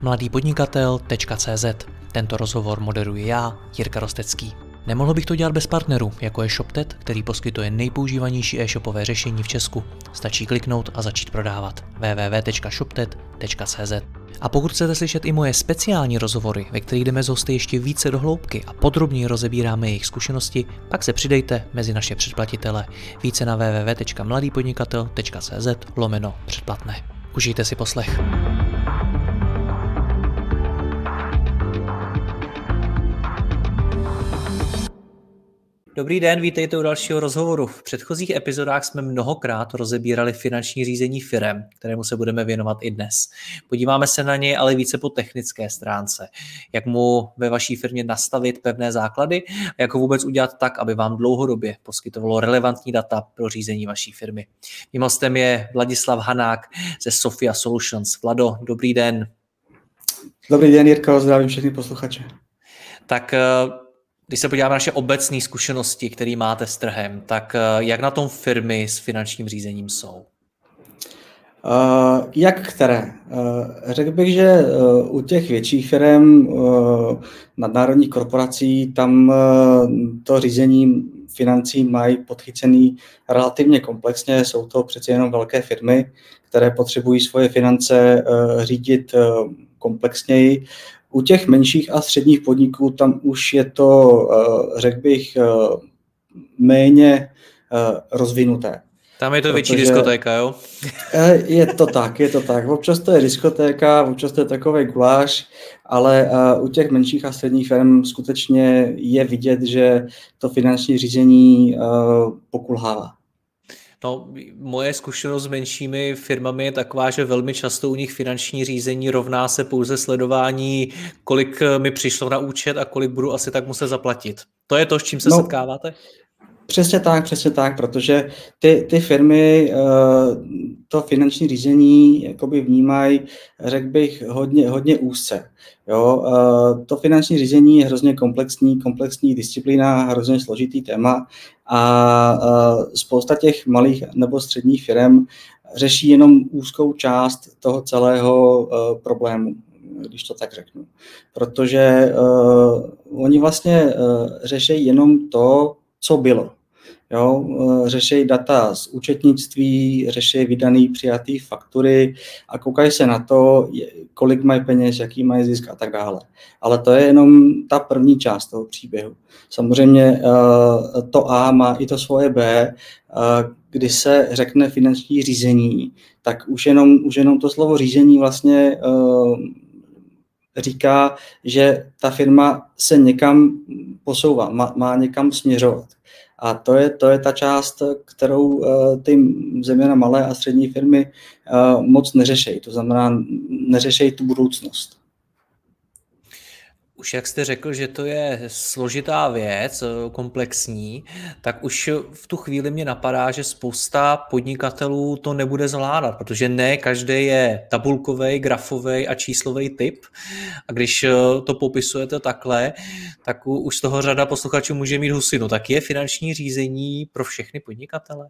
mladýpodnikatel.cz. Tento rozhovor moderuji já, Jirka Rostecký. Nemohl bych to dělat bez partnerů, jako je ShopTet, který poskytuje nejpoužívanější e-shopové řešení v Česku. Stačí kliknout a začít prodávat. www.shoptet.cz. A pokud chcete slyšet i moje speciální rozhovory, ve kterých jdeme s hosty ještě více do hloubky a podrobněji rozebíráme jejich zkušenosti, pak se přidejte mezi naše předplatitele. Více na www.mladýpodnikatel.cz/předplatné. Užijte si poslech. Dobrý den, vítejte u dalšího rozhovoru. V předchozích epizodách jsme mnohokrát rozebírali finanční řízení firem, kterému se budeme věnovat i dnes. Podíváme se na něj ale více po technické stránce. Jak mu ve vaší firmě nastavit pevné základy a jak ho vůbec udělat tak, aby vám dlouhodobě poskytovalo relevantní data pro řízení vaší firmy. Mým hostem je Vladislav Hanák ze Sophia Solutions. Vlado, dobrý den. Dobrý den, Jirko, zdravím všechny posluchače. Tak když se podíváme na naše obecné zkušenosti, které máte s trhem, tak jak na tom firmy s finančním řízením jsou? Jak které? Řekl bych, že u těch větších firm, nadnárodních korporací, tam to řízení financí mají podchycený relativně komplexně. Jsou to přece jenom velké firmy, které potřebují svoje finance řídit komplexněji. U těch menších a středních podniků tam už je to, řekl bych, méně rozvinuté. Tam je to větší diskotéka, jo? Je to tak. Občas to je diskotéka, občas to je takový guláš, ale u těch menších a středních firm skutečně je vidět, že to finanční řízení pokulhává. No, moje zkušenost s menšími firmami je taková, že velmi často u nich finanční řízení rovná se pouze sledování, kolik mi přišlo na účet a kolik budu asi tak muset zaplatit. To je to, s čím se setkáváte? Přesně tak, protože ty firmy to finanční řízení jakoby vnímají, řekl bych, hodně úzce. Jo? To finanční řízení je hrozně komplexní disciplína, hrozně složitý téma a spousta těch malých nebo středních firm řeší jenom úzkou část toho celého problému, když to tak řeknu. Protože oni vlastně řeší jenom to, co bylo. Jo, řeší data z účetnictví, řeší vydaný přijatý faktury a koukají se na to, kolik mají peněz, jaký mají zisk a tak dále. Ale to je jenom ta první část toho příběhu. Samozřejmě to A má i to svoje B, když se řekne finanční řízení, tak už jenom to slovo řízení vlastně říká, že ta firma se někam posouvá, má někam směřovat. A to je ta část, kterou ty zejména malé a střední firmy moc neřeší. To znamená, neřeší tu budoucnost. Už jak jste řekl, že to je složitá věc, komplexní, tak už v tu chvíli mě napadá, že spousta podnikatelů to nebude zvládat, protože ne každý je tabulkový, grafový a číslový typ. A když to popisujete takhle, tak už z toho řada posluchačů může mít husinu. Tak je finanční řízení pro všechny podnikatele?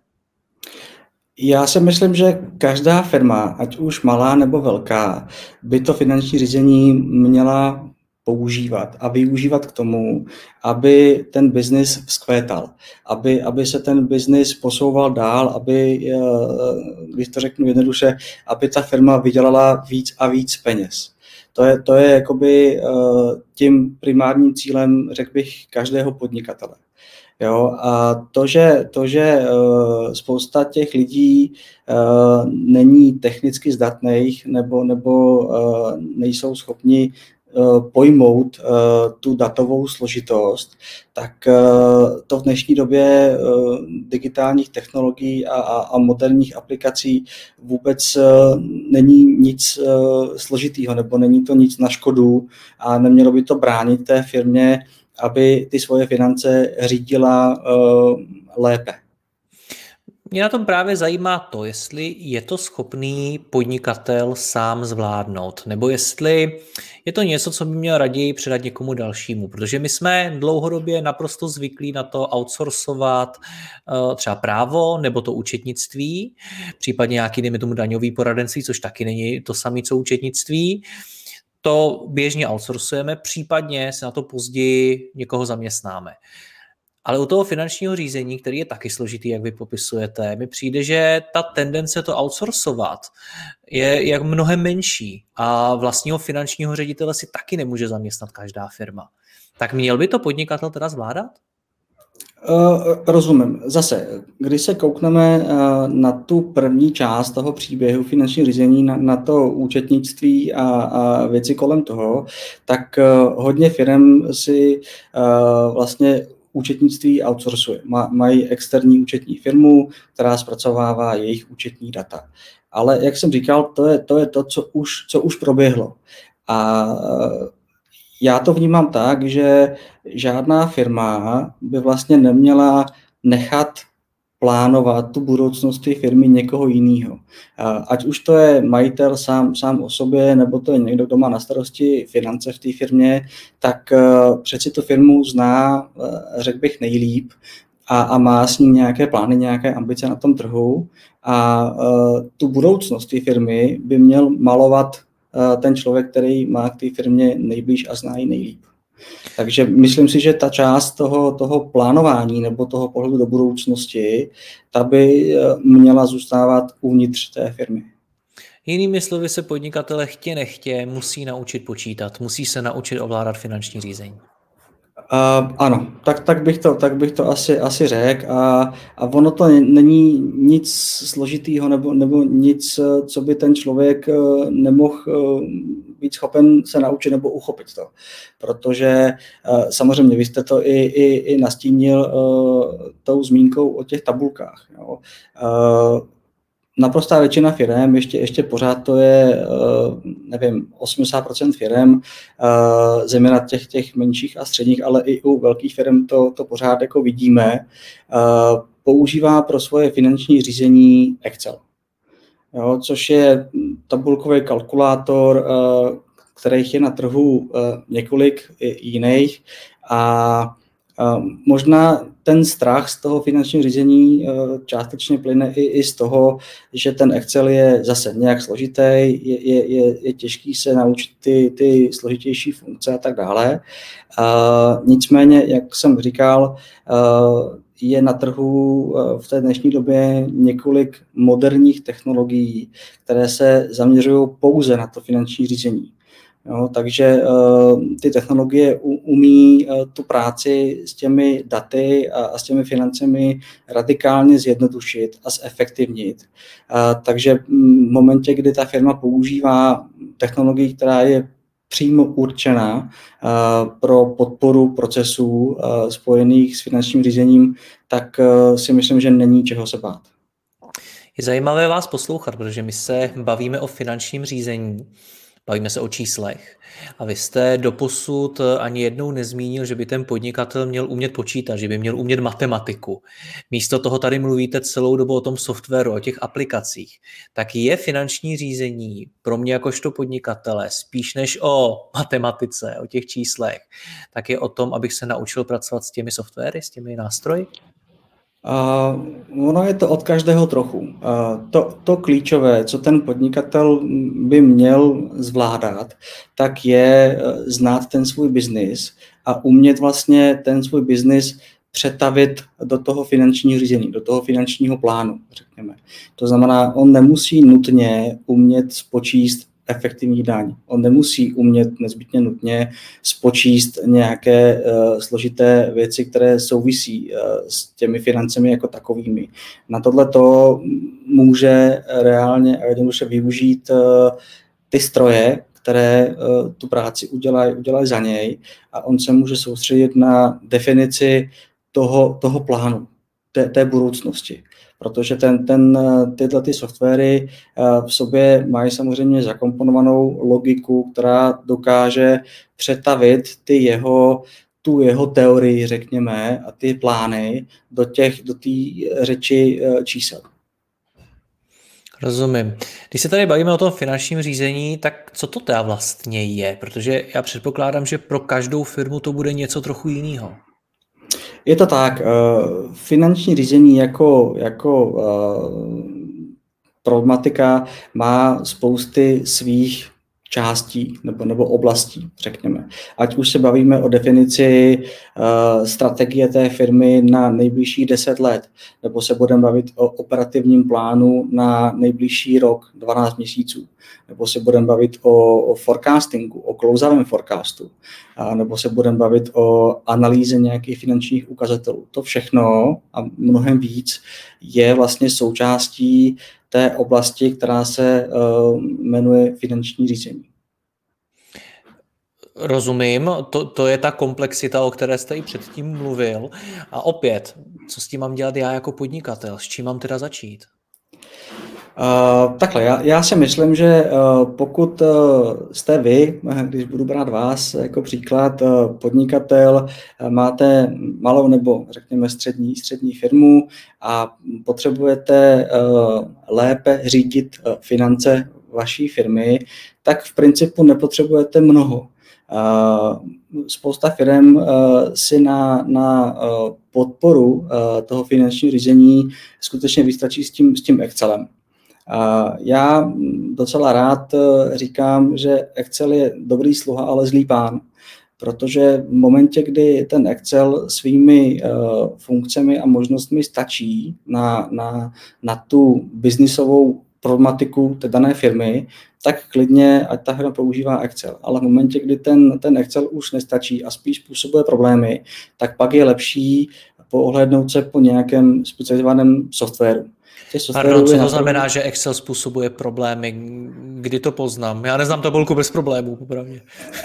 Já si myslím, že každá firma, ať už malá nebo velká, by to finanční řízení měla používat a využívat k tomu, aby ten biznis vzkvétal, aby se ten biznis posouval dál, aby, když to řeknu jednoduše, aby ta firma vydělala víc a víc peněz. To je jakoby tím primárním cílem, řekl bych, každého podnikatele. Jo, a to, že spousta těch lidí není technicky zdatných nebo nejsou schopni pojmout tu datovou složitost, tak to v dnešní době digitálních technologií a moderních aplikací vůbec není nic složitýho, nebo není to nic na škodu a nemělo by to bránit té firmě, aby ty svoje finance řídila lépe. Mě na tom právě zajímá to, jestli je to schopný podnikatel sám zvládnout, nebo jestli je to něco, co by měl raději předat někomu dalšímu, protože my jsme dlouhodobě naprosto zvyklí na to outsourcovat třeba právo nebo to účetnictví, případně nějaký, dejme tomu, daňový poradenství, což taky není to samé, co účetnictví. to běžně outsourcujeme, případně se na to později někoho zaměstnáme. Ale u toho finančního řízení, který je taky složitý, jak vy popisujete, mi přijde, že ta tendence to outsourcovat je jak mnohem menší a vlastního finančního ředitele si taky nemůže zaměstnat každá firma. Tak měl by to podnikatel teda zvládat? Rozumím. Zase, když se koukneme na tu první část toho příběhu finanční řízení, na to účetnictví a věci kolem toho, tak hodně firm si vlastně účetnictví outsourcuje. Mají externí účetní firmu, která zpracovává jejich účetní data. Ale jak jsem říkal, to je to, co už proběhlo. A já to vnímám tak, že žádná firma by vlastně neměla nechat plánovat tu budoucnost té firmy někoho jiného. Ať už to je majitel sám o sobě, nebo to je někdo, kdo má na starosti finance v té firmě, tak přeci tu firmu zná, řekl bych, nejlíp a má s ní nějaké plány, nějaké ambice na tom trhu a tu budoucnost té firmy by měl malovat ten člověk, který má k té firmě nejblíž a zná ji nejlíp. Takže myslím si, že ta část toho plánování nebo toho pohledu do budoucnosti, ta by měla zůstávat uvnitř té firmy. Jinými slovy se podnikatele chtě nechtě musí naučit počítat, musí se naučit ovládat finanční řízení. Ano, tak bych to asi řekl a ono to není nic složitýho nebo nic, co by ten člověk nemohl být schopen se naučit nebo uchopit to. Protože samozřejmě vy jste to i nastínil tou zmínkou o těch tabulkách. Jo. Naprostá většina firem, ještě pořád to je, nevím, 80% firem, zejména těch menších a středních, ale i u velkých firem to pořád jako vidíme, používá pro svoje finanční řízení Excel. Jo, což je tabulkový kalkulátor, kterých je na trhu několik jiných a možná ten strach z toho finančního řízení částečně plyne i z toho, že ten Excel je zase nějak složitý, je těžký se naučit ty složitější funkce a tak dále. Nicméně, jak jsem říkal, je na trhu v té dnešní době několik moderních technologií, které se zaměřují pouze na to finanční řízení. Jo, takže ty technologie umí tu práci s těmi daty a s těmi financemi radikálně zjednodušit a zefektivnit. Takže v momentě, kdy ta firma používá technologii, která je přímo určená pro podporu procesů spojených s finančním řízením, tak si myslím, že není čeho se bát. Je zajímavé vás poslouchat, protože my se bavíme o finančním řízení. Bavíme se o číslech. A vy jste doposud ani jednou nezmínil, že by ten podnikatel měl umět počítat, že by měl umět matematiku. Místo toho tady mluvíte celou dobu o tom softwaru, o těch aplikacích. Tak je finanční řízení pro mě jakožto podnikatele spíš než o matematice, o těch číslech, tak je o tom, abych se naučil pracovat s těmi softwary, s těmi nástroji? Ono je to od každého trochu. To klíčové, co ten podnikatel by měl zvládat, tak je znát ten svůj biznis a umět vlastně ten svůj biznis přetavit do toho finančního řízení, do toho finančního plánu, řekněme. To znamená, on nemusí nutně umět spočíst efektivní daň. On nemusí umět nezbytně nutně spočíst nějaké složité věci, které souvisí s těmi financemi jako takovými. Na tohleto může reálně a jednoduše využít ty stroje, které tu práci udělají za něj a on se může soustředit na definici toho plánu, té budoucnosti. Protože tyhle ty softwary v sobě mají samozřejmě zakomponovanou logiku, která dokáže přetavit tu jeho teorii, řekněme, a ty plány do té řeči čísel. Rozumím. Když se tady bavíme o tom finančním řízení, tak co to teda vlastně je? Protože já předpokládám, že pro každou firmu to bude něco trochu jiného. Je to tak. Finanční řízení jako problematika má spousty svých částí nebo oblastí, řekněme. Ať už se bavíme o definici strategie té firmy na nejbližších 10 let, nebo se budeme bavit o operativním plánu na nejbližší rok, 12 měsíců, nebo se budeme bavit o forecastingu, o klouzavém forecastu, nebo se budeme bavit o analýze nějakých finančních ukazatelů. To všechno a mnohem víc je vlastně součástí té oblasti, která se jmenuje finanční řízení. Rozumím, to je ta komplexita, o které jste i předtím mluvil. A opět, co s tím mám dělat já jako podnikatel? S čím mám teda začít? Takhle, já si myslím, že pokud jste vy, když budu brát vás jako příklad, podnikatel, máte malou nebo řekněme střední firmu a potřebujete lépe řídit finance vaší firmy, tak v principu nepotřebujete mnoho. Spousta firm si na podporu toho finančního řízení skutečně vystačí s tím Excelem. Já docela rád říkám, že Excel je dobrý sluha, ale zlý pán, protože v momentě, kdy ten Excel svými funkcemi a možnostmi stačí na tu biznisovou problematiku té dané firmy, tak klidně, ať ta firma používá Excel. Ale v momentě, kdy ten Excel už nestačí a spíš způsobuje problémy, tak pak je lepší pohlédnout se po nějakém specializovaném softwaru. Pardon, co to znamená, že Excel způsobuje problémy? Kdy to poznám? Já neznám tabulku bez problémů, popravdě.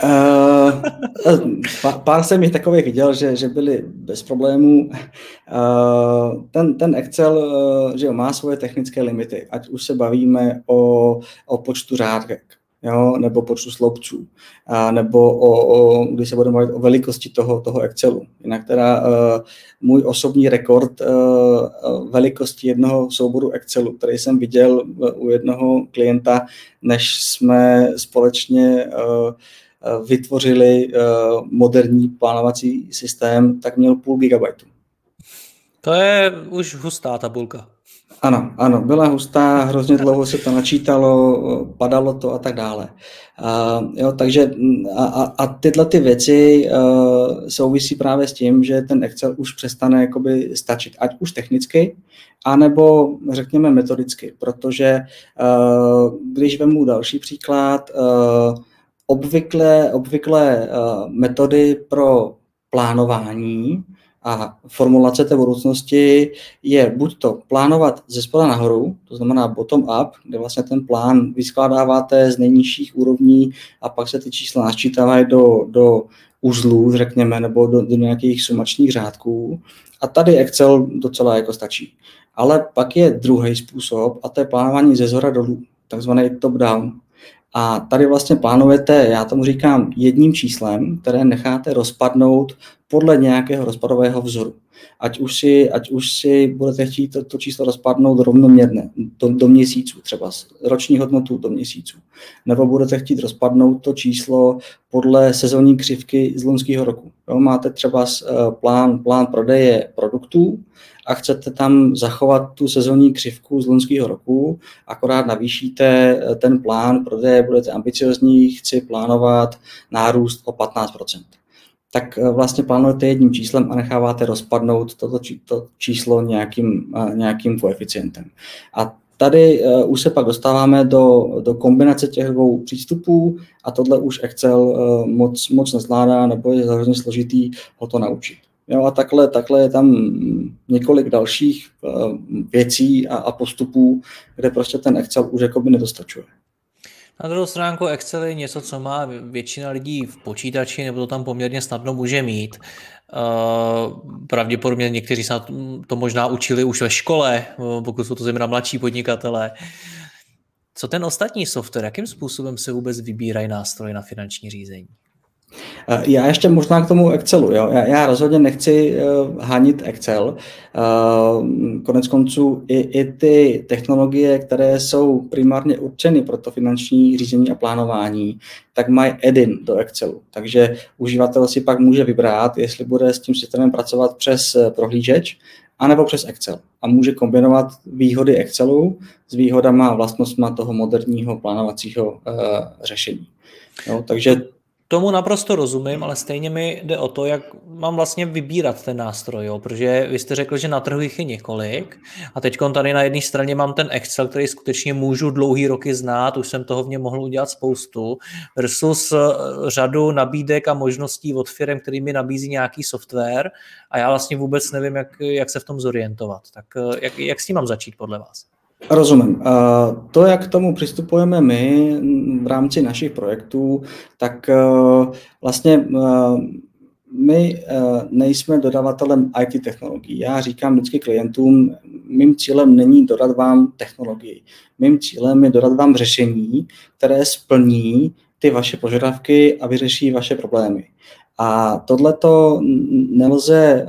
Pár jsem jich takových viděl, že byli bez problémů. Ten Excel že má svoje technické limity, ať už se bavíme o počtu řádek, jo, nebo počtu sloupců, nebo když se budeme bavit o velikosti toho Excelu. Jinak teda můj osobní rekord velikosti jednoho souboru Excelu, který jsem viděl u jednoho klienta, než jsme společně vytvořili moderní plánovací systém, tak měl 0,5 gigabajtu. To je už hustá tabulka. Ano, byla hustá, hrozně dlouho se to načítalo, padalo to a tak dále. Takže tyhle ty věci souvisí právě s tím, že ten Excel už přestane jakoby stačit, ať už technicky, anebo řekněme metodicky, protože když vemu další příklad, obvykle metody pro plánování a formulace té budoucnosti je buď to plánovat ze spoda nahoru, to znamená bottom-up, kde vlastně ten plán vyskládáváte z nejnižších úrovní a pak se ty čísla načítávají do uzlů, řekněme, nebo do nějakých sumačních řádků. A tady Excel docela jako stačí. Ale pak je druhý způsob a to je plánování ze zhora dolů, takzvaný top-down. A tady vlastně plánujete, já tomu říkám, jedním číslem, které necháte rozpadnout podle nějakého rozpadového vzoru. Ať už si budete chtít to číslo rozpadnout rovnoměrně do měsíců, třeba z roční hodnotu do měsíců. Nebo budete chtít rozpadnout to číslo podle sezónní křivky z loňského roku. Jo, máte třeba plán prodeje produktů a chcete tam zachovat tu sezónní křivku z loňského roku, akorát navýšíte ten plán prodeje, budete ambiciozní, chci plánovat nárůst o 15%. Tak vlastně plánujete jedním číslem a necháváte rozpadnout to číslo nějakým koeficientem. A tady už se pak dostáváme do kombinace těch dvou přístupů a tohle už Excel moc nezvládá nebo je hrozně složitý ho to naučit. Jo, a takhle je tam několik dalších věcí a postupů, kde prostě ten Excel už jakoby nedostačuje. Na druhou stránku Excel je něco, co má většina lidí v počítači, nebo to tam poměrně snadno může mít. Pravděpodobně někteří se to možná učili už ve škole, pokud jsou to zejména mladší podnikatelé. Co ten ostatní software, jakým způsobem se vůbec vybírají nástroje na finanční řízení? Já ještě možná k tomu Excelu. Jo. Já rozhodně nechci hanit Excel. Konec konců i ty technologie, které jsou primárně určeny pro to finanční řízení a plánování, tak mají add-in do Excelu. Takže uživatel si pak může vybrat, jestli bude s tím systémem pracovat přes prohlížeč, anebo přes Excel. A může kombinovat výhody Excelu s výhodama a vlastnostma toho moderního plánovacího řešení. Jo, takže tomu naprosto rozumím, ale stejně mi jde o to, jak mám vlastně vybírat ten nástroj, jo? Protože vy jste řekl, že na trhu jich je několik a teď tady na jedné straně mám ten Excel, který skutečně můžu dlouhý roky znát, už jsem toho v něm mohl udělat spoustu, versus řadu nabídek a možností od firem, který mi nabízí nějaký software a já vlastně vůbec nevím, jak se v tom zorientovat. Tak jak s tím mám začít podle vás? Rozumím. To, jak k tomu přistupujeme my v rámci našich projektů, tak vlastně my nejsme dodavatelem IT technologií. Já říkám vždycky klientům, mým cílem není dodat vám technologii. Mým cílem je dodat vám řešení, které splní ty vaše požadavky a vyřeší vaše problémy. A tohleto nelze,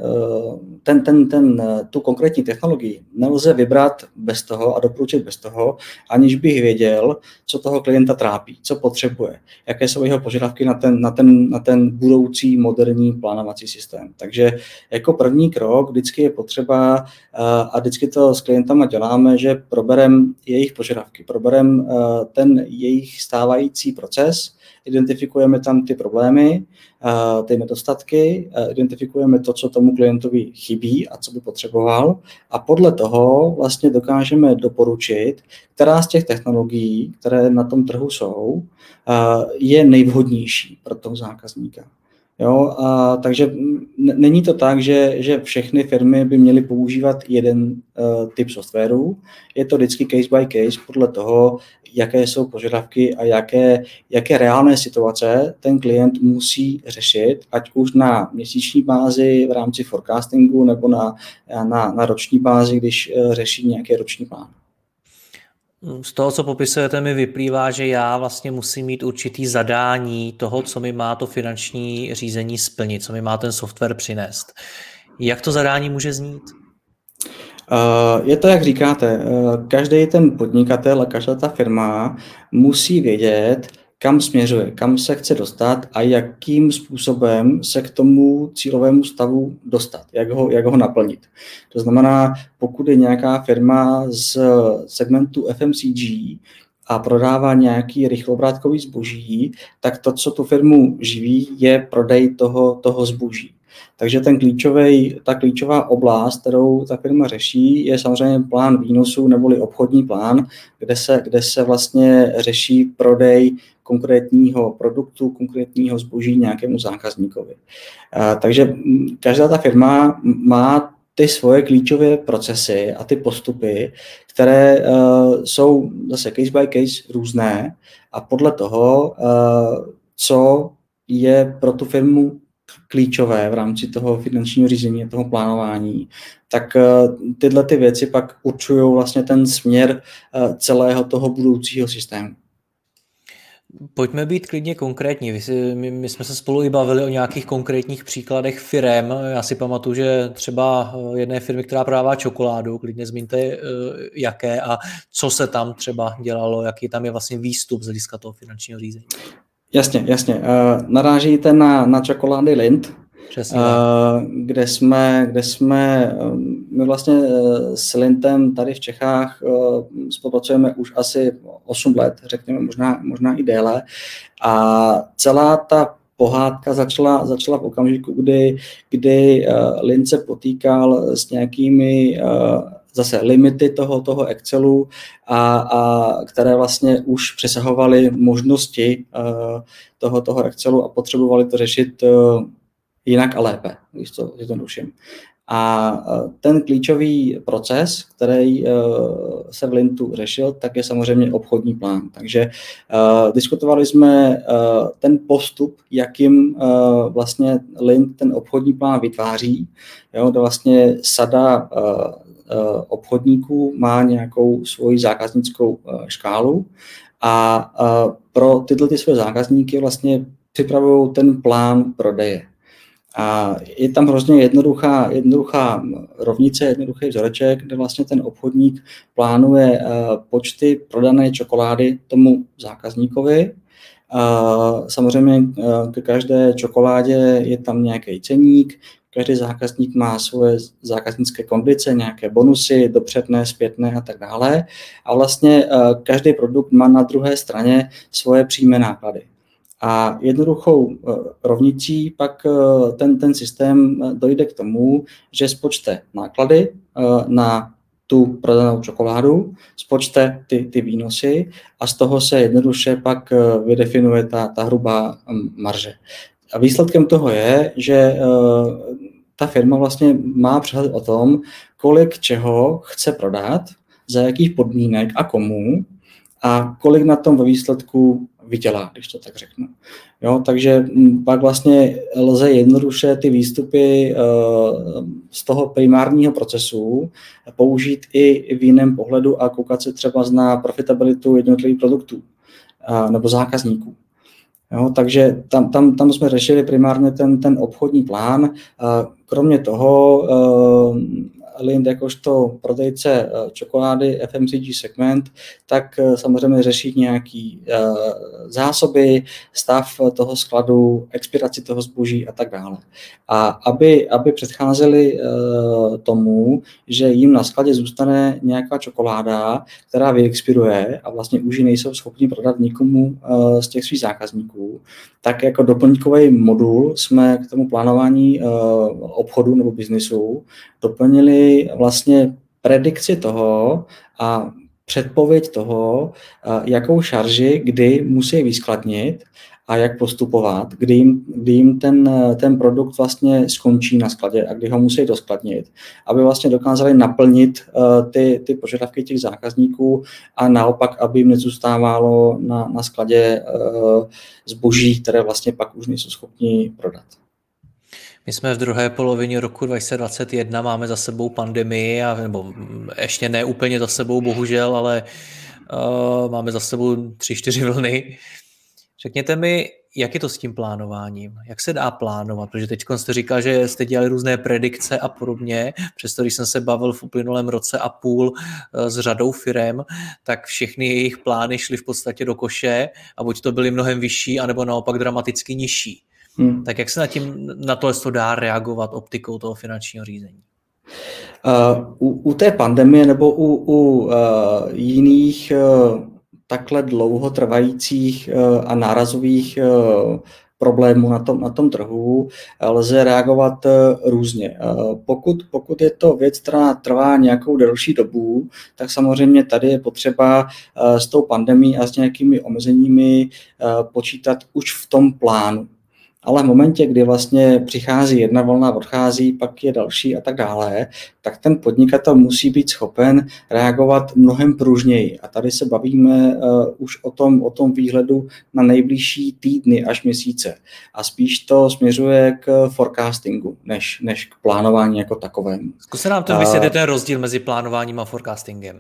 tu konkrétní technologii nelze vybrat bez toho a doporučit bez toho, aniž bych věděl, co toho klienta trápí, co potřebuje, jaké jsou jeho požadavky na ten budoucí moderní plánovací systém. Takže jako první krok vždycky je potřeba, a vždycky to s klientama děláme, že probereme jejich požadavky, probereme ten jejich stávající proces, identifikujeme tam ty problémy, ty nedostatky, identifikujeme to, co tomu klientovi chybí a co by potřeboval a podle toho vlastně dokážeme doporučit, která z těch technologií, které na tom trhu jsou, je nejvhodnější pro toho zákazníka. Jo, takže není to tak, že všechny firmy by měly používat jeden typ softwaru. Je to vždycky case by case podle toho, jaké jsou požadavky a jaké reálné situace ten klient musí řešit, ať už na měsíční bázi v rámci forecastingu nebo na roční bázi, když řeší nějaký roční plán. Z toho, co popisujete, mi vyplývá, že já vlastně musím mít určitý zadání toho, co mi má to finanční řízení splnit, co mi má ten software přinést. Jak to zadání může znít? Je to, jak říkáte, každý ten podnikatel a každá ta firma musí vědět, kam směřuje, kam se chce dostat a jakým způsobem se k tomu cílovému stavu dostat, jak ho naplnit. To znamená, pokud je nějaká firma z segmentu FMCG a prodává nějaký rychloobrátkový zboží, tak to, co tu firmu živí, je prodej toho zboží. Takže ta klíčová oblast, kterou ta firma řeší, je samozřejmě plán výnosu neboli obchodní plán, kde se vlastně řeší prodej konkrétního produktu, konkrétního zboží nějakému zákazníkovi. Takže každá ta firma má ty svoje klíčové procesy a ty postupy, které jsou zase case by case různé a podle toho, co je pro tu firmu klíčové v rámci toho finančního řízení a toho plánování, tak tyhle ty věci pak určují vlastně ten směr celého toho budoucího systému. Pojďme být klidně konkrétní. My jsme se spolu i bavili o nějakých konkrétních příkladech firem. Já si pamatuju, že třeba jedné firmy, která prodává čokoládu, klidně zmíňte jaké a co se tam třeba dělalo, jaký tam je vlastně výstup z hlediska toho finančního řízení. Jasně. Narážíte na čokolády Lindt, kde jsme my vlastně s Lindtem tady v Čechách spolupracujeme už asi 8 let, řekněme možná i déle. A celá ta pohádka začala v okamžiku, kdy Lindt se potýkal s nějakými zase limity toho Excelu, a které vlastně už přesahovaly možnosti toho Excelu a potřebovali to řešit jinak a lépe, když to zjednoduším. A ten klíčový proces, který se v Lindtu řešil, tak je samozřejmě obchodní plán. Takže diskutovali jsme ten postup, jakým vlastně Lindt ten obchodní plán vytváří, kde vlastně sada obchodníků má nějakou svoji zákaznickou škálu a pro tyhle ty své zákazníky vlastně připravují ten plán prodeje. A je tam hrozně jednoduchá rovnice, jednoduchý vzoreček, kde vlastně ten obchodník plánuje počty prodané čokolády tomu zákazníkovi. Samozřejmě ke každé čokoládě je tam nějaký ceník, každý zákazník má svoje zákaznické kondice, nějaké bonusy, dopředné, zpětné a tak dále. A vlastně každý produkt má na druhé straně svoje přímé náklady. A jednoduchou rovnicí pak ten systém dojde k tomu, že spočte náklady na tu prodanou čokoládu, spočte ty výnosy a z toho se jednoduše pak vydefinuje ta hrubá marže. A výsledkem toho je, že ta firma vlastně má přehled o tom, kolik čeho chce prodat, za jakých podmínek a komu a kolik na tom ve výsledku vydělá, když to tak řeknu. Jo, takže pak vlastně lze jednoduše ty výstupy z toho primárního procesu použít i v jiném pohledu a koukat se třeba na profitabilitu jednotlivých produktů nebo zákazníků. Jo, takže tam jsme řešili primárně ten obchodní plán. Kromě toho Lind jakožto prodejce čokolády FMCG segment, tak samozřejmě řeší nějaký zásoby, stav toho skladu, expiraci toho zboží a tak dále. A aby předcházeli tomu, že jim na skladě zůstane nějaká čokoláda, která vyexpiruje a vlastně už ji nejsou schopni prodat nikomu z těch svých zákazníků, tak jako doplňkový modul jsme k tomu plánování obchodu nebo biznisu doplnili vlastně predikci toho a předpověď toho, jakou šarži kdy musí vyskladnit a jak postupovat, kdy jim ten produkt vlastně skončí na skladě a kdy ho musí doskladnit, aby vlastně dokázali naplnit ty požadavky těch zákazníků a naopak, aby jim nezůstávalo na skladě zboží, které vlastně pak už nejsou schopni prodat. My jsme v druhé polovině roku 2021, máme za sebou pandemii, nebo ještě ne úplně za sebou, bohužel, ale máme za sebou 3-4 vlny. Řekněte mi, jak je to s tím plánováním? Jak se dá plánovat? Protože teď jste říkal, že jste dělali různé predikce a podobně. Přesto, když jsem se bavil v uplynulém roce a půl s řadou firem, tak všechny jejich plány šly v podstatě do koše a buď to byly mnohem vyšší, anebo naopak dramaticky nižší. Tak jak se na to dá reagovat optikou toho finančního řízení? U té pandemie nebo u jiných takhle dlouhotrvajících a nárazových problémů na tom trhu lze reagovat různě. Pokud je to věc, která trvá nějakou delší dobu, tak samozřejmě tady je potřeba s tou pandemií a s nějakými omezeními počítat už v tom plánu. Ale v momentě, kdy vlastně přichází jedna vlna, odchází, pak je další a tak dále, tak ten podnikatel musí být schopen reagovat mnohem pružněji. A tady se bavíme už o tom výhledu na nejbližší týdny až měsíce. A spíš to směřuje k forecastingu, než k plánování jako takovému. Zkuste nám ten vysvětlit ten rozdíl mezi plánováním a forecastingem.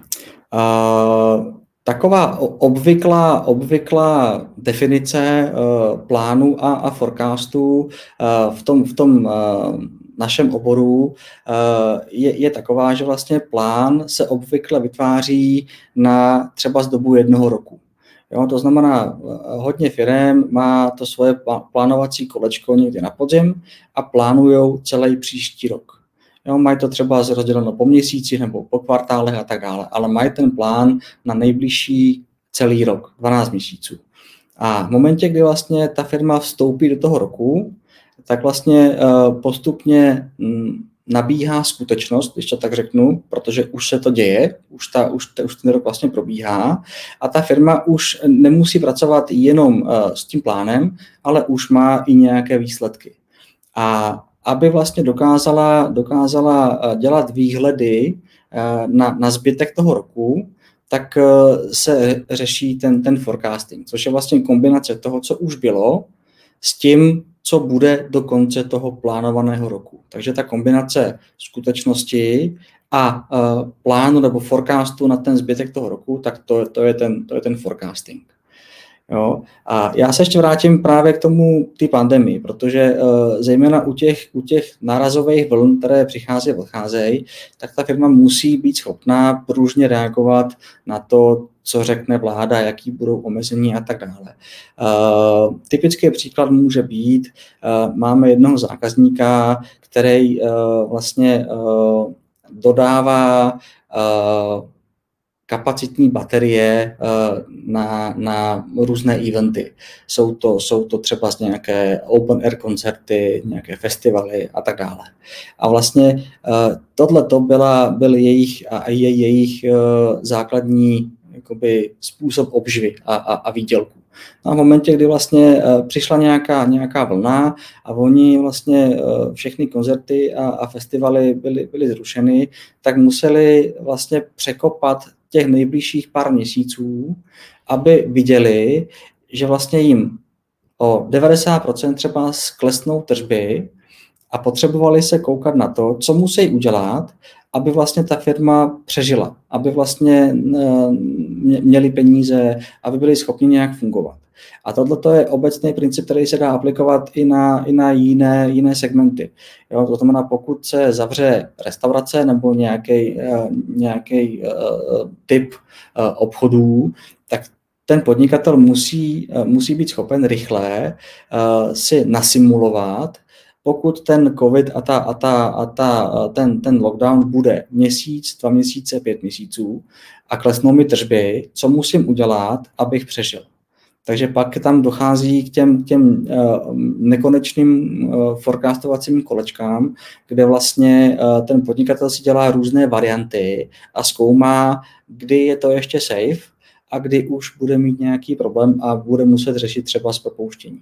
Taková obvyklá definice plánu a forecastu v tom našem oboru je taková, že vlastně plán se obvykle vytváří na třeba z dobu 1 roku. Jo, to znamená, hodně firem má to svoje plánovací kolečko někde na podzim a plánujou celý příští rok. Jo, mají to třeba rozděleno po měsících nebo po kvartálech a tak dále, ale mají ten plán na nejbližší celý rok, 12 měsíců. A v momentě, kdy vlastně ta firma vstoupí do toho roku, tak vlastně postupně nabíhá skutečnost, když to tak řeknu, protože už se to děje, už ten rok vlastně probíhá a ta firma už nemusí pracovat jenom s tím plánem, ale už má i nějaké výsledky. A aby vlastně dokázala dělat výhledy na zbytek toho roku, tak se řeší ten forecasting, což je vlastně kombinace toho, co už bylo, s tím, co bude do konce toho plánovaného roku. Takže ta kombinace skutečnosti a plánu nebo forecastu na ten zbytek toho roku, tak to je ten forecasting. Jo? A já se ještě vrátím právě k tomu té pandemii, protože zejména u těch nárazových vln, které přicházejí a odcházejí, tak ta firma musí být schopná pružně reagovat na to, co řekne vláda, jaký budou omezení a tak dále. Typický příklad může být, máme jednoho zákazníka, který vlastně dodává kapacitní baterie na různé eventy. Jsou to třeba z nějaké open air koncerty, nějaké festivaly a tak dále. A vlastně tohleto byl jejich základní jakoby způsob obživy a výdělku. No a v momentě, kdy vlastně přišla nějaká vlna a oni vlastně všechny koncerty a festivaly byly zrušeny, tak museli vlastně překopat těch nejbližších pár měsíců, aby viděli, že vlastně jim o 90% třeba sklesnou tržby a potřebovali se koukat na to, co musí udělat, aby vlastně ta firma přežila, aby vlastně měli peníze, aby byli schopni nějak fungovat. A tohle je obecný princip, který se dá aplikovat i na jiné segmenty. Jo, to znamená, pokud se zavře restaurace nebo nějaký typ obchodů, tak ten podnikatel musí být schopen rychle si nasimulovat, pokud ten covid ten lockdown bude měsíc, 2 měsíce, 5 měsíců a klesnou mi tržby, co musím udělat, abych přežil. Takže pak tam dochází k těm nekonečným forecastovacím kolečkám, kde vlastně ten podnikatel si dělá různé varianty a zkoumá, kdy je to ještě safe a kdy už bude mít nějaký problém a bude muset řešit třeba z propouštění.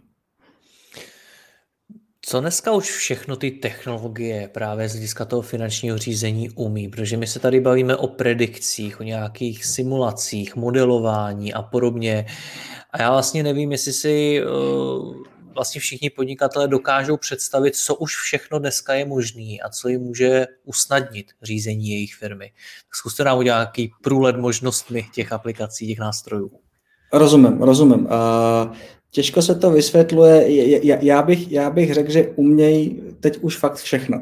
Co dneska už všechno ty technologie právě z hlediska toho finančního řízení umí? Protože my se tady bavíme o predikcích, o nějakých simulacích, modelování a podobně. A já vlastně nevím, jestli si vlastně všichni podnikatelé dokážou představit, co už všechno dneska je možný a co jim může usnadnit řízení jejich firmy. Tak zkuste nám udělat nějaký průlet možnostmi těch aplikací, těch nástrojů. Rozumím. Těžko se to vysvětluje. Já bych řekl, že umějí teď už fakt všechno.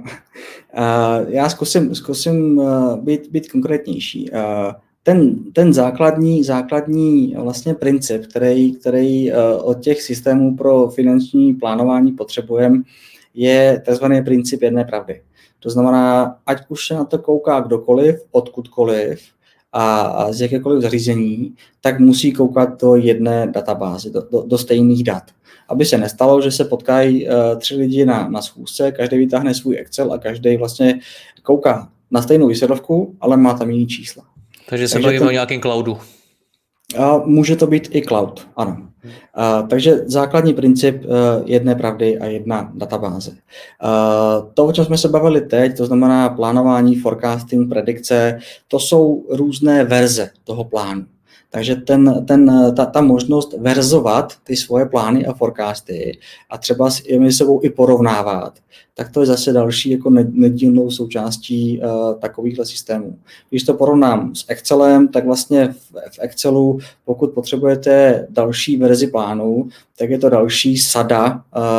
Já zkusím být konkrétnější. Ten základní vlastně princip, který od těch systémů pro finanční plánování potřebujeme, je tzv. Princip jedné pravdy. To znamená, ať už se na to kouká kdokoliv, odkudkoliv a z jakékoliv zařízení, tak musí koukat do jedné databáze, do stejných dat. Aby se nestalo, že se potkají 3 lidi na schůzce, každý vytáhne svůj Excel a každý vlastně kouká na stejnou výsledovku, ale má tam jiný čísla. Takže se bavíme o nějakém cloudu. Může to být i cloud, ano. Takže základní princip jedné pravdy a jedna databáze. To, o čem jsme se bavili teď, to znamená plánování, forecasting, predikce, to jsou různé verze toho plánu. Takže ta možnost verzovat ty svoje plány a forecasty a třeba s jimi sebou i porovnávat, tak to je zase další jako nedílnou součástí takovýchhle systémů. Když to porovnám s Excelem, tak vlastně v Excelu, pokud potřebujete další verzi plánu, tak je to další sada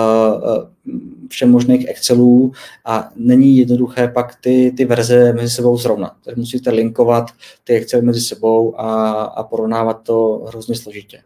všemožných Excelů a není jednoduché pak ty verze mezi sebou srovnat. Takže musíte linkovat ty Excely mezi sebou a porovnávat to hrozně složitě.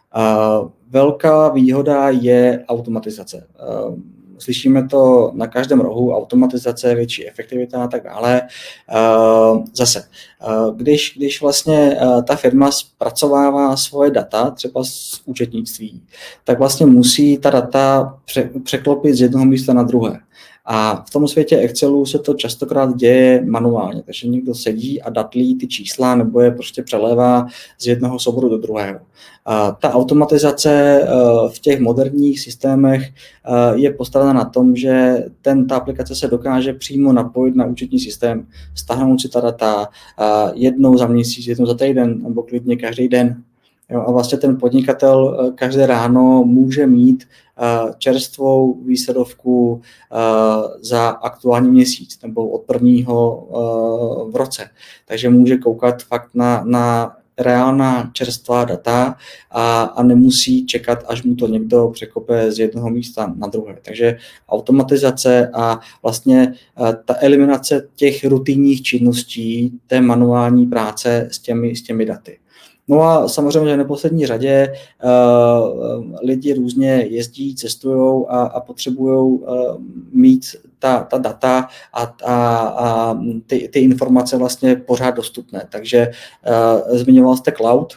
Velká výhoda je automatizace. Slyšíme to na každém rohu, automatizace, větší efektivita a tak dále. Zase, když vlastně ta firma zpracovává svoje data, třeba z účetnictví, tak vlastně musí ta data překlopit z jednoho místa na druhé. A v tom světě Excelu se to častokrát děje manuálně, takže někdo sedí a datlí ty čísla nebo je prostě přelévá z jednoho souboru do druhého. Ta automatizace v těch moderních systémech je postavena na tom, že ta aplikace se dokáže přímo napojit na účetní systém, stáhnout si ta data jednou za měsíc, jednou za týden nebo klidně každý den. Jo, a vlastně ten podnikatel každé ráno může mít čerstvou výsledovku za aktuální měsíc nebo od prvního v roce. Takže může koukat fakt na reálná čerstvá data a nemusí čekat, až mu to někdo překope z jednoho místa na druhé. Takže automatizace a vlastně ta eliminace těch rutinních činností, té manuální práce s těmi daty. No a samozřejmě, že v neposlední řadě lidi různě jezdí, cestují a potřebují mít ta data a ty informace vlastně pořád dostupné. Takže zmiňoval jste cloud.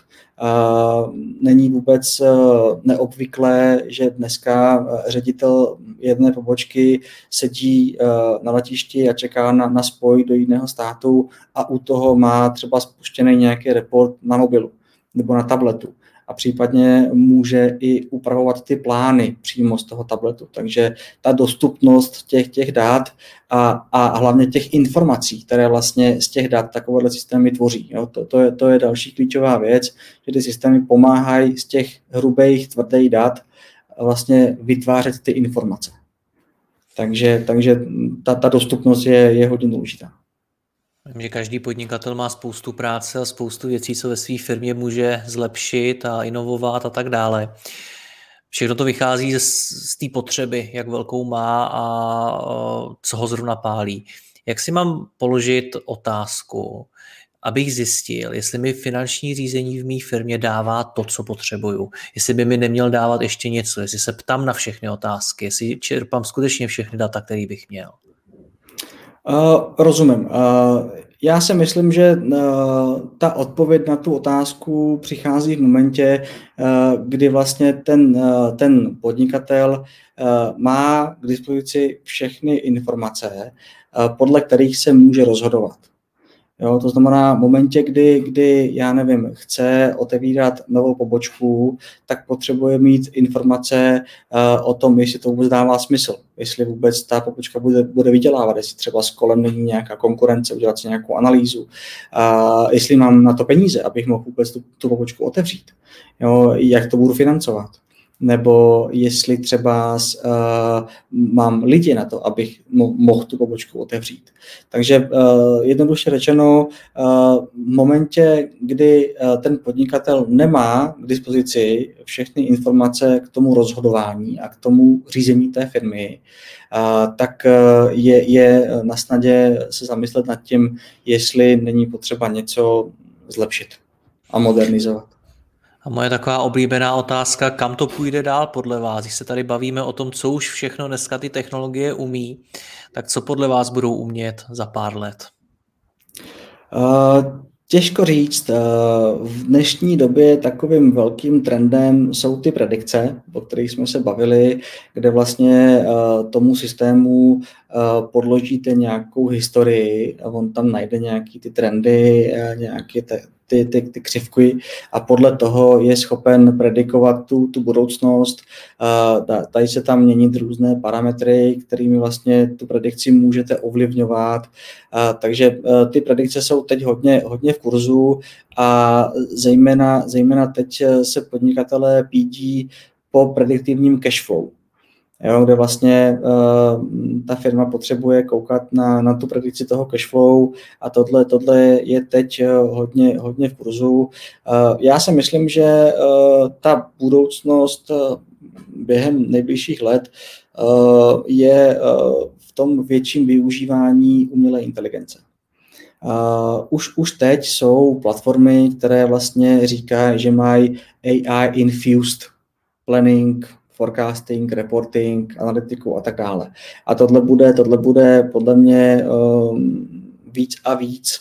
Není vůbec neobvyklé, že dneska ředitel jedné pobočky sedí na letišti a čeká na spoj do jiného státu a u toho má třeba spuštěný nějaký report na mobilu nebo na tabletu. A případně může i upravovat ty plány přímo z toho tabletu. Takže ta dostupnost těch dat a hlavně těch informací, které vlastně z těch dat takovéhle systémy tvoří. Jo, to je další klíčová věc, že ty systémy pomáhají z těch hrubých, tvrdých dat vlastně vytvářet ty informace. Takže ta dostupnost je hodně důležitá. Vím, že každý podnikatel má spoustu práce a spoustu věcí, co ve své firmě může zlepšit a inovovat a tak dále. Všechno to vychází z té potřeby, jak velkou má a co ho zrovna pálí. Jak si mám položit otázku, abych zjistil, jestli mi finanční řízení v mé firmě dává to, co potřebuju, jestli by mi neměl dávat ještě něco, jestli se ptám na všechny otázky, jestli čerpám skutečně všechny data, které bych měl. Rozumím. Já si myslím, že ta odpověď na tu otázku přichází v momentě, kdy vlastně ten podnikatel má k dispozici všechny informace, podle kterých se může rozhodovat. Jo, to znamená, v momentě, kdy já nevím, chce otevírat novou pobočku, tak potřebuje mít informace o tom, jestli to vůbec dává smysl, jestli vůbec ta pobočka bude vydělávat, jestli třeba s kolem není nějaká konkurence, udělat si nějakou analýzu, jestli mám na to peníze, abych mohl vůbec tu pobočku otevřít, jo, jak to budu financovat. Nebo jestli třeba mám lidi na to, abych mohl tu pobočku otevřít. Takže jednoduše řečeno, v momentě, kdy ten podnikatel nemá k dispozici všechny informace k tomu rozhodování a k tomu řízení té firmy, tak je na snadě se zamyslet nad tím, jestli není potřeba něco zlepšit a modernizovat. A moje taková oblíbená otázka, kam to půjde dál podle vás? Když se tady bavíme o tom, co už všechno dneska ty technologie umí, tak co podle vás budou umět za pár let? Těžko říct. V dnešní době takovým velkým trendem jsou ty predikce, o kterých jsme se bavili, kde vlastně tomu systému podložíte nějakou historii a on tam najde nějaký ty trendy, nějaké ty křivky a podle toho je schopen predikovat tu budoucnost. Dají se tam měnit různé parametry, kterými vlastně tu predikci můžete ovlivňovat. Takže ty predikce jsou teď hodně v kurzu a zejména teď se podnikatelé pídí po prediktivním cashflow. Jo, kde vlastně ta firma potřebuje koukat na tu predikci toho cashflow a tohle je teď hodně v kurzu. Já si myslím, že ta budoucnost během nejbližších let je v tom větším využívání umělé inteligence. Už teď jsou platformy, které vlastně říkají, že mají AI-infused planning, forecasting, reporting, analytiku a tak dále. A tohle bude podle mě víc a víc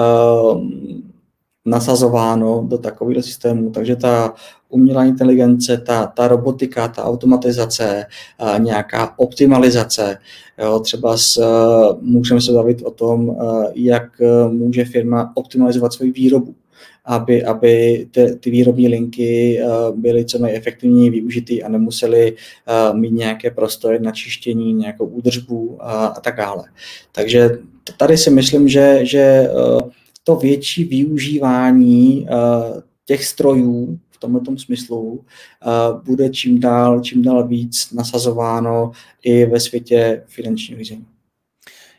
nasazováno do takového systému. Takže ta umělá inteligence, ta robotika, ta automatizace, nějaká optimalizace. Jo, třeba můžeme se bavit o tom, jak může firma optimalizovat svoji výrobu, aby ty výrobní linky byly co nejefektivněji využitý a nemuseli mít nějaké prostory na čištění, nějakou údržbu a tak dále. Takže tady si myslím, že to větší využívání těch strojů v tomto smyslu bude čím dál víc nasazováno i ve světě finančního řízení.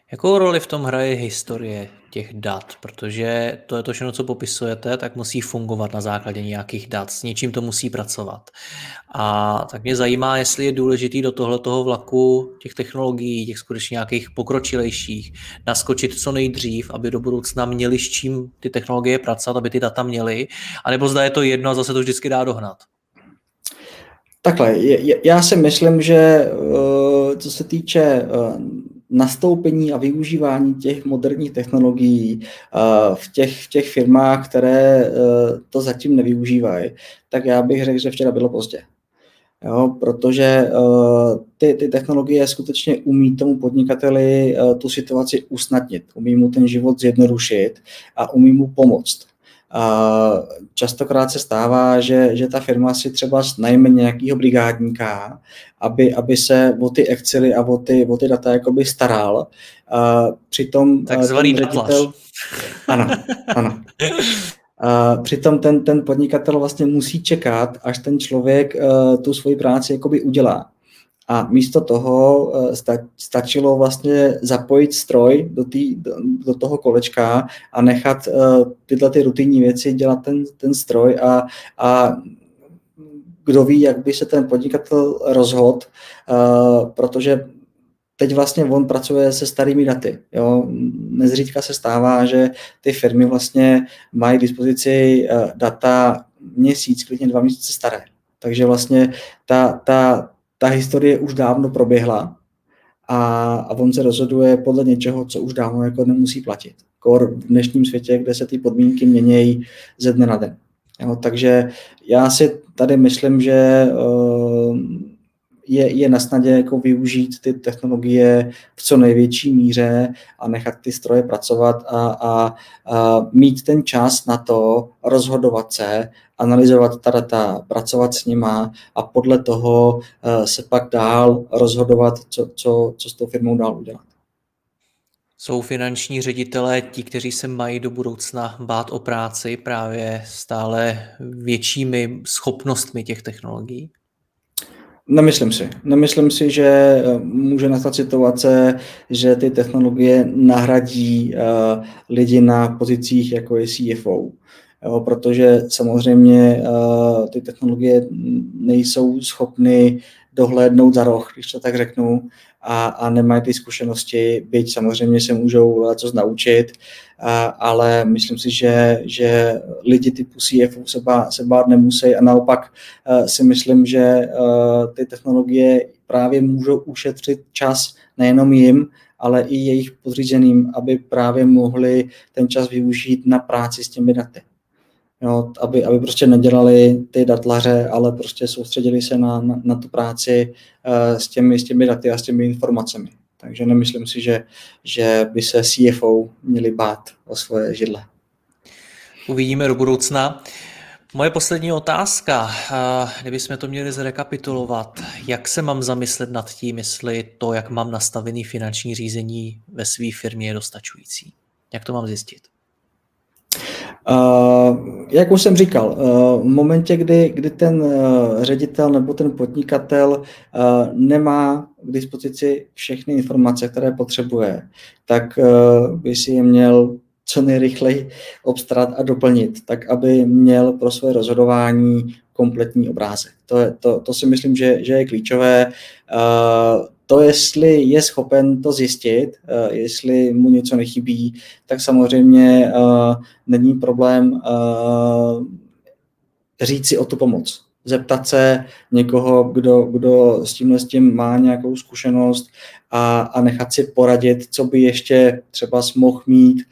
Jakou roli v tom hraje historie těch dat? Protože to je to všechno, co popisujete, tak musí fungovat na základě nějakých dat. S něčím to musí pracovat. A tak mě zajímá, jestli je důležitý do tohletoho vlaku těch technologií, těch skutečně nějakých pokročilejších, naskočit co nejdřív, aby do budoucna měli s čím ty technologie pracovat, aby ty data měli, anebo zda je to jedno a zase to vždycky dá dohnat. Takhle, já si myslím, že co se týče nastoupení a využívání těch moderních technologií v těch firmách, které to zatím nevyužívají, tak já bych řekl, že včera bylo pozdě. Jo, protože ty technologie skutečně umí tomu podnikateli tu situaci usnadnit, umí mu ten život zjednodušit a umí mu pomoct. Častokrát se stává, že ta firma si třeba najme nějakého brigádníka, aby se o ty Excely a o ty data jakoby staral. Přitom takzvaný ředitel... Ano. Přitom ten podnikatel vlastně musí čekat, až ten člověk tu svoji práci jakoby udělá. A místo toho stačilo vlastně zapojit stroj do toho kolečka a nechat tyhle ty rutinní věci dělat ten stroj a kdo ví, jak by se ten podnikatel rozhodl, protože teď vlastně on pracuje se starými daty. Jo. Nezřídka se stává, že ty firmy vlastně mají k dispozici data měsíc, klidně 2 měsíce staré. Takže vlastně ta historie už dávno proběhla a on se rozhoduje podle něčeho, co už dávno jako nemusí platit. Kor v dnešním světě, kde se ty podmínky měnějí ze dne na den. Jo, takže já si tady myslím, že je na snadě jako využít ty technologie v co největší míře a nechat ty stroje pracovat a mít ten čas na to, rozhodovat se, analyzovat ta data, pracovat s nima a podle toho se pak dál rozhodovat, co s tou firmou dál udělat. Jsou finanční ředitelé ti, kteří se mají do budoucna bát o práci právě stále většími schopnostmi těch technologií? Nemyslím si, že může nastat situace, že ty technologie nahradí lidi na pozicích, jako je CFO. Jo, protože samozřejmě ty technologie nejsou schopny dohlédnout za roh, když to tak řeknu, a nemají ty zkušenosti, byť samozřejmě se můžou co naučit, ale myslím si, že lidi typu CFO se bát nemusí a naopak si myslím, že ty technologie právě můžou ušetřit čas nejenom jim, ale i jejich podřízeným, aby právě mohli ten čas využít na práci s těmi daty. Jo, aby prostě nedělali ty datlaře, ale prostě soustředili se na tu práci s těmi daty a s těmi informacemi. Takže nemyslím si, že by se CFO měli bát o svoje židle. Uvidíme do budoucna. Moje poslední otázka, kdybychom to měli zrekapitulovat, jak se mám zamyslet nad tím, jestli to, jak mám nastavený finanční řízení ve své firmě, je dostačující? Jak to mám zjistit? Jak už jsem říkal, v momentě, kdy ten ředitel nebo ten podnikatel nemá k dispozici všechny informace, které potřebuje, tak by si je měl co nejrychleji obstarat a doplnit, tak aby měl pro své rozhodování kompletní obrázek. To si myslím, že je klíčové. To, jestli je schopen to zjistit, jestli mu něco nechybí, tak samozřejmě není problém říct si o tu pomoc. Zeptat se někoho, kdo s tím má nějakou zkušenost a nechat si poradit, co by ještě třeba mohl mít,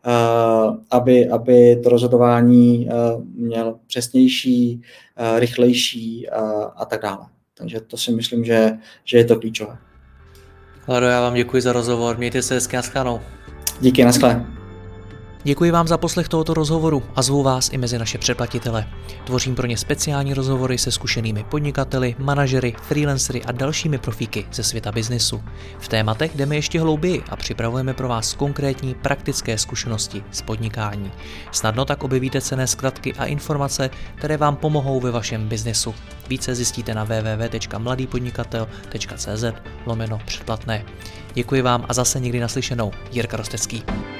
aby to rozhodování měl přesnější, rychlejší a tak dále. Takže to si myslím, že je to klíčové. Lado, já vám děkuji za rozhovor. Mějte se hezky, naschledanou. Díky, naschle. Děkuji vám za poslech tohoto rozhovoru a zvu vás i mezi naše předplatitele. Tvořím pro ně speciální rozhovory se zkušenými podnikateli, manažery, freelancery a dalšími profíky ze světa biznisu. V tématech jdeme ještě hlouběji a připravujeme pro vás konkrétní praktické zkušenosti z podnikání. Snadno tak objevíte cenné zkratky a informace, které vám pomohou ve vašem biznesu. Více zjistíte na www.mladýpodnikatel.cz/předplatné. Děkuji vám a zase někdy naslyšenou. Jirka Rostecký.